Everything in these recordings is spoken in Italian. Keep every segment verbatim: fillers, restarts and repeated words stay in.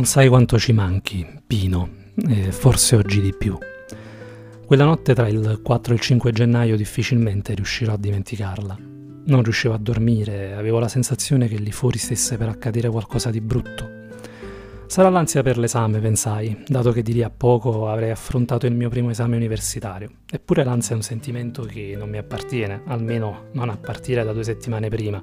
Non sai quanto ci manchi, Pino, e forse oggi di più. Quella notte tra il quattro e il cinque gennaio difficilmente riuscirò a dimenticarla. Non riuscivo a dormire, avevo la sensazione che lì fuori stesse per accadere qualcosa di brutto. Sarà l'ansia per l'esame, pensai, dato che di lì a poco avrei affrontato il mio primo esame universitario. Eppure l'ansia è un sentimento che non mi appartiene, almeno non a partire da due settimane prima.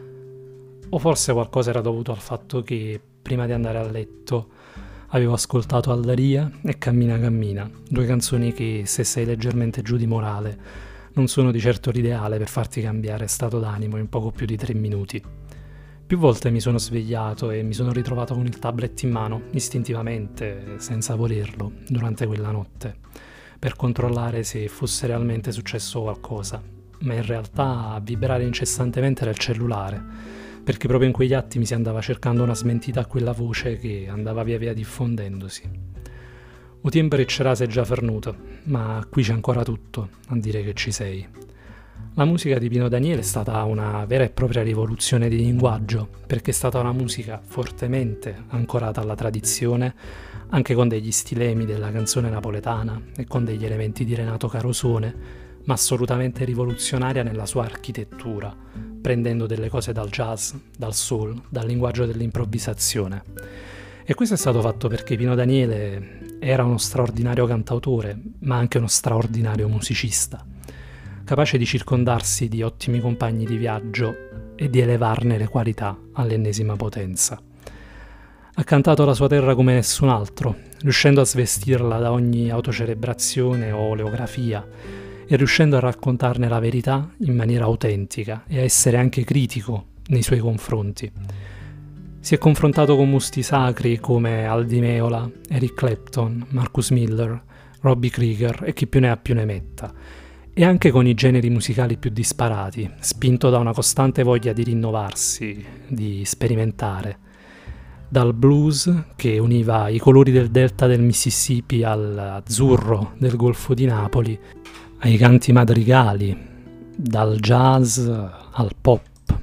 O forse qualcosa era dovuto al fatto che, prima di andare a letto, avevo ascoltato Aldaria e Cammina Cammina, due canzoni che, se sei leggermente giù di morale, non sono di certo l'ideale per farti cambiare stato d'animo in poco più di tre minuti. Più volte mi sono svegliato e mi sono ritrovato con il tablet in mano, istintivamente, senza volerlo, durante quella notte, per controllare se fosse realmente successo qualcosa, ma in realtà a vibrare incessantemente era il cellulare, perché proprio in quegli attimi si andava cercando una smentita a quella voce che andava via via diffondendosi. O tempo c'era sei già fernuto, ma qui c'è ancora tutto a dire che ci sei. La musica di Pino Daniele è stata una vera e propria rivoluzione di linguaggio, perché è stata una musica fortemente ancorata alla tradizione, anche con degli stilemi della canzone napoletana e con degli elementi di Renato Carosone, ma assolutamente rivoluzionaria nella sua architettura, prendendo delle cose dal jazz, dal soul, dal linguaggio dell'improvvisazione. E questo è stato fatto perché Pino Daniele era uno straordinario cantautore, ma anche uno straordinario musicista, capace di circondarsi di ottimi compagni di viaggio e di elevarne le qualità all'ennesima potenza. Ha cantato la sua terra come nessun altro, riuscendo a svestirla da ogni autocelebrazione o oleografia, e riuscendo a raccontarne la verità in maniera autentica e a essere anche critico nei suoi confronti. Si è confrontato con musti sacri come Al Di Meola, Eric Clapton, Marcus Miller, Robbie Krieger e chi più ne ha più ne metta, e anche con i generi musicali più disparati, spinto da una costante voglia di rinnovarsi, di sperimentare. Dal blues, che univa i colori del delta del Mississippi all'azzurro del Golfo di Napoli, ai canti madrigali, dal jazz al pop,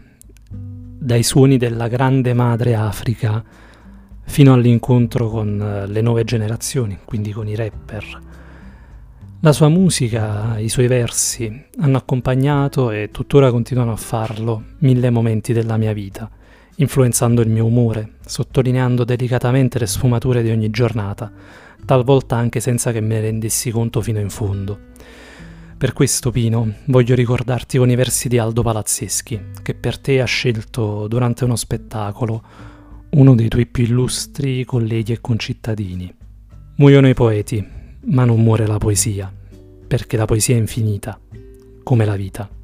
dai suoni della grande madre Africa fino all'incontro con le nuove generazioni, quindi con i rapper. La sua musica, i suoi versi hanno accompagnato e tuttora continuano a farlo mille momenti della mia vita, influenzando il mio umore, sottolineando delicatamente le sfumature di ogni giornata, talvolta anche senza che me ne rendessi conto fino in fondo. Per questo, Pino, voglio ricordarti con i versi di Aldo Palazzeschi, che per te ha scelto durante uno spettacolo uno dei tuoi più illustri colleghi e concittadini. Muoiono i poeti, ma non muore la poesia, perché la poesia è infinita, come la vita.